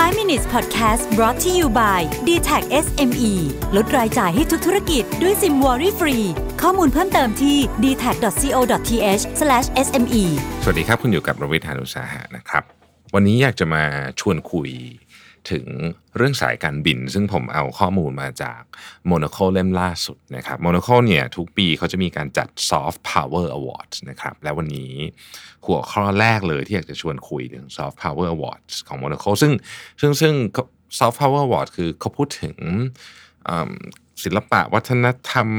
5 minutes podcast brought to you by DTAC SME ลดรายจ่ายให้ทุกธุรกิจด้วยซิมวอรี่ฟรีข้อมูลเพิ่มเติมที่ dtac.co.th/sme สวัสดีครับคุณอยู่กับรวิทย์ หาญอุตสาหะนะครับวันนี้อยากจะมาชวนคุยถึงเรื่องสายการบินซึ่งผมเอาข้อมูลมาจาก Monaco เล่มล่าสุดนะครับ Monaco เนี่ยทุกปีเขาจะมีการจัด Soft Power Awards นะครับและวันนี้หัวข้อแรกเลยที่อยากจะชวนคุยถึง Soft Power Awards ของ Monaco ซึ่ง Soft Power Awards คือเขาพูดถึงศิลปะวัฒนธรรม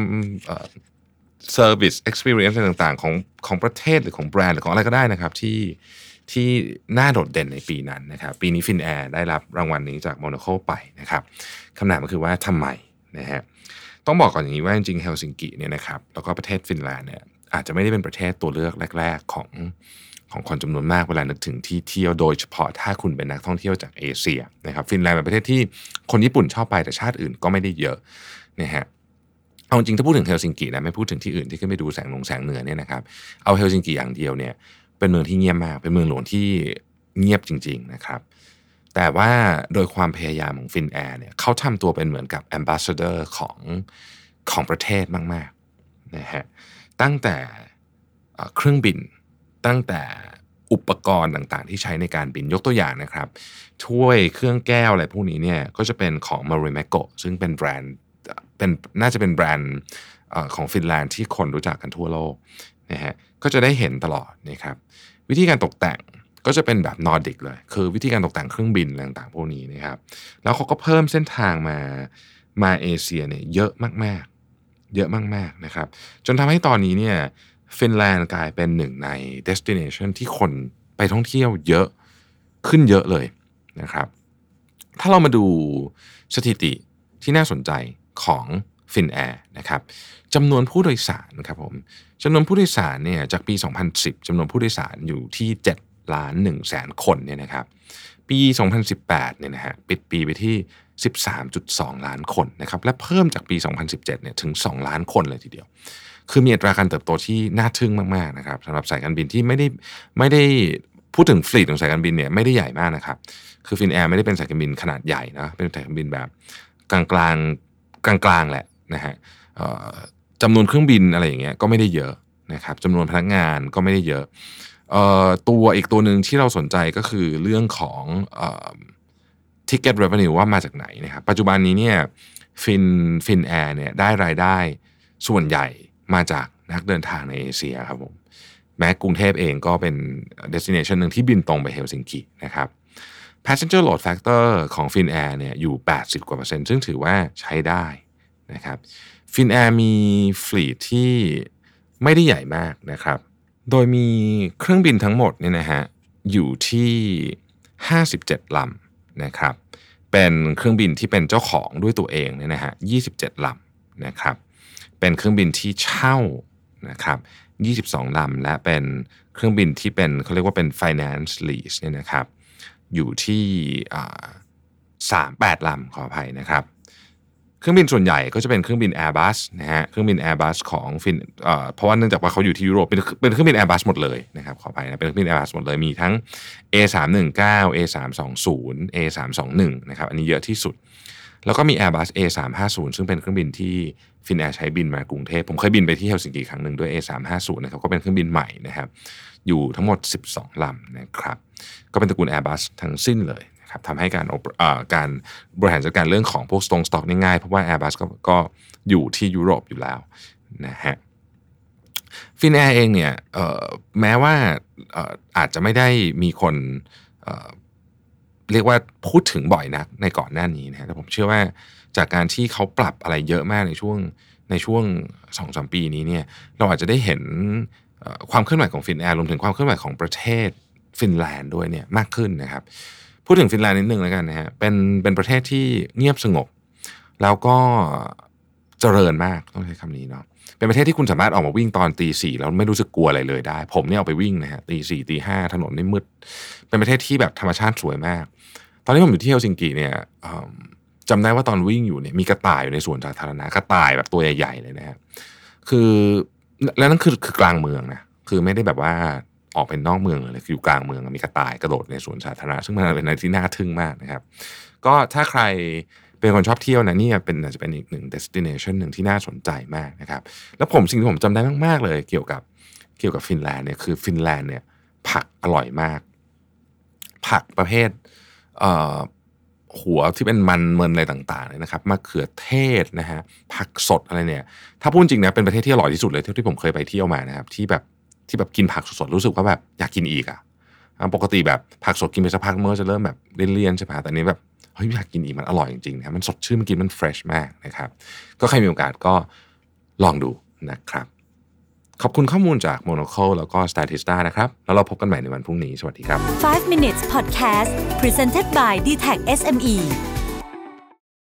Service Experience ต่างๆของประเทศหรือของแบรนด์หรือของอะไรก็ได้นะครับที่น่าโดดเด่นในปีนั้นนะครับปีนี้ฟินแอร์ได้รับรางวัลนี้จากโมนาโคไปนะครับคำถามก็คือว่าทำไมนะฮะต้องบอกก่อนอย่างนี้ว่าจริงๆเฮลซิงกิเนี่ยนะครับแล้วก็ประเทศฟินแลนด์เนี่ยอาจจะไม่ได้เป็นประเทศตัวเลือกแรกๆของคนจำนวนมากเวลานึกถึงที่เที่ยวโดยเฉพาะถ้าคุณเป็นนักท่องเที่ยวจากเอเชียนะครับฟินแลนด์เป็นประเทศที่คนญี่ปุ่นชอบไปแต่ชาติอื่นก็ไม่ได้เยอะนะฮะเอาจริงถ้าพูดถึงเฮลซิงกินะไม่พูดถึงที่อื่นที่ขึ้นไปดูแสงเหนือเนี่ยนะครับเอาเฮลซิงกิอย่างเดียวเนี่ยเป็นเมืองที่เงียบมากเป็นเมืองหลวงที่เงียบจริงๆนะครับแต่ว่าโดยความพยายามของฟินแอร์เนี่ยเขาทำตัวเป็นเหมือนกับ Ambassador ของประเทศมากๆนะฮะตั้งแต่เครื่องบินตั้งแต่อุปกรณ์ต่างๆที่ใช้ในการบินยกตัวอย่างนะครับถ้วยเครื่องแก้วอะไรพวกนี้เนี่ยก็จะเป็นของ Marimekko ซึ่งเป็นแบรนด์น่าจะเป็นแบรนด์ของฟินแลนด์ที่คนรู้จักกันทั่วโลกนะฮะก็จะได้เห็นตลอดนะครับวิธีการตกแต่งก็จะเป็นแบบนอร์ดิกเลยคือวิธีการตกแต่งเครื่องบินต่างๆพวกนี้นะครับแล้วเขาก็เพิ่มเส้นทางมาเอเชียเนี่ยเยอะมากๆนะครับจนทำให้ตอนนี้เนี่ยฟินแลนด์กลายเป็นหนึ่งใน destination ที่คนไปท่องเที่ยวเยอะขึ้นเยอะเลยนะครับถ้าเรามาดูสถิติที่น่าสนใจของฟินแอร์นะครับจำนวนผู้โดยสารครับผมจำนวนผู้โดยสารเนี่ยจากปี 2010 จำนวนผู้โดยสารอยู่ที่ 7,100,000 คนเนี่ยนะครับปี 2018 เนี่ยนะฮะปิดปีไปที่ 13.2 ล้านคนนะครับและเพิ่มจากปี 2017 เนี่ยถึง 2 ล้านคนเลยทีเดียวคือมีอัตราการเติบโตที่น่าทึ่งมากๆนะครับสำหรับสายการบินที่ไม่ได้พูดถึงฟลีทของสายการบินเนี่ยไม่ได้ใหญ่มากนะครับคือฟินแอร์ไม่ได้เป็นสายการบินขนาดใหญ่นะเป็นสายการบินแบบกลางแหละนะฮะจำนวนเครื่องบินอะไรอย่างเงี้ยก็ไม่ได้เยอะนะครับจำนวนพนักงานก็ไม่ได้เยอะอีกตัวหนึ่งที่เราสนใจก็คือเรื่องของticket revenue ว่ามาจากไหนนะครับปัจจุบันนี้เนี่ยฟินแอร์เนี่ยได้รายได้ส่วนใหญ่มาจากนักเดินทางในเอเชียครับผมแม้กรุงเทพเองก็เป็น destination หนึ่งที่บินตรงไปเฮลซิงกินะครับ passenger load factor ของ Finnair เนี่ยอยู่ 80% กว่าซึ่งถือว่าใช้ได้นะครับ Finnair มีฟลีทที่ไม่ได้ใหญ่มากนะครับโดยมีเครื่องบินทั้งหมดเนี่ยนะฮะอยู่ที่57ลำนะครับเป็นเครื่องบินที่เป็นเจ้าของด้วยตัวเองเนี่ยนะฮะ27ลำนะครับเป็นเครื่องบินที่เช่านะครับ22ลำและเป็นเครื่องบินที่เป็นเขาเรียกว่าเป็น finance lease เนี่ยนะครับอยู่ที่38ลำขออภัยนะครับเครื่องบินส่วนใหญ่ก็จะเป็นเครื่องบิน Airbus นะฮะเครื่องบิน Airbus ของฟินเพราะว่าเนื่องจากว่าเขาอยู่ที่ยุโรปเป็นเครื่องบิน Airbus หมดเลยนะครับขออภัยนะเป็นเครื่องบิน Airbus หมดเลยมีทั้ง A319 A320 A321 นะครับอันนี้เยอะที่สุดแล้วก็มี Airbus A350 ซึ่งเป็นเครื่องบินที่ฟินแอร์ใช้บินมากรุงเทพผมเคยบินไปที่เฮลซิงกิครั้งหนึ่งด้วย A350 นะครับก็เป็นเครื่องบินใหม่นะครับอยู่ทั้งหมด12ลำนะครับก็เป็นตระกูล Airbus ทั้งสิ้นเลยนะครับทำให้การบริหารจัดการเรื่องของพวกสต็อกง่ายเพราะว่า Airbus ก็อยู่ที่ยุโรปอยู่แล้วนะฮะฟินแอร์เองเนี่ยแม้ว่าอาจจะไม่ได้มีคนเรียกว่าพูดถึงบ่อยนักในก่อนหน้านี้นะแต่ผมเชื่อว่าจากการที่เขาปรับอะไรเยอะมากในช่วง 2-3 ปีนี้เนี่ยเราอาจจะได้เห็นความเคลื่อนไหวของฟินแอร์รวมถึงความเคลื่อนไหวของประเทศฟินแลนด์ด้วยเนี่ยมากขึ้นนะครับพูดถึงฟินแลนด์นิดนึงแล้วกันนะฮะเป็นประเทศที่เงียบสงบแล้วก็เจริญมากต้องใช้คำนี้เนาะเป็นประเทศที่คุณสามารถออกมาวิ่งตอน 4:00 แล้วไม่รู้สึกกลัวอะไรเลยได้ผมเนี่ยออกไปวิ่งนะฮะ 4:00 5:00 ถนนนี่มืดเป็นประเทศที่แบบธรรมชาติสวยมากตอนที่ผมอยู่ที่เฮลซิงกิเนี่ยจำได้ว่าตอนวิ่งอยู่เนี่ยมีกระต่ายอยู่ในสวนสาธารณะกระต่ายแบบตัวใหญ่ๆเลยนะฮะคือแล้วนั่นคือกลางเมืองนะคือไม่ได้แบบว่าออกเป็นนอกเมืองเลยคืออยู่กลางเมืองมีกระต่ายกระโดดในสวนสาธารณะซึ่งมันเป็นอะไรที่น่าทึ่งมากนะครับก็ถ้าใครเป็นคนชอบเที่ยวนะนี่อาจจะเป็นอีกหนึ่ง destination หนึ่งที่น่าสนใจมากนะครับแล้วสิ่งที่ผมจำได้มากๆเลยเกี่ยวกับฟินแลนด์เนี่ยคือฟินแลนด์เนี่ยผักอร่อยมากผักประเภทหัวที่เป็นมันเมินอะไรต่างๆเลยนะครับมะเขือเทศนะฮะผักสดอะไรเนี่ยถ้าพูดจริงนะเป็นประเทศที่อร่อยที่สุดเลยที่ผมเคยไปเที่ยวมานะครับที่แบบกินผักสดๆรู้สึกว่าแบบอยากกินอีกปกติแบบผักสดกินไปสักพักเมื่อจะเริ่มแบบเลี่ยนๆใช่ไหมแต่นี้แบบเฮ้ยอยากกินอีกมันอร่อยจริงๆนะมันสดชื่นมันกินมันเฟรชมากนะครับก็ใครมีโอกาสก็ลองดูนะครับขอบคุณข้อมูลจาก Monocle แล้วก็ Statista นะครับแล้วเราพบกันใหม่ในวันพรุ่งนี้สวัสดีครับ 5 minutes podcast presented by DTAC SME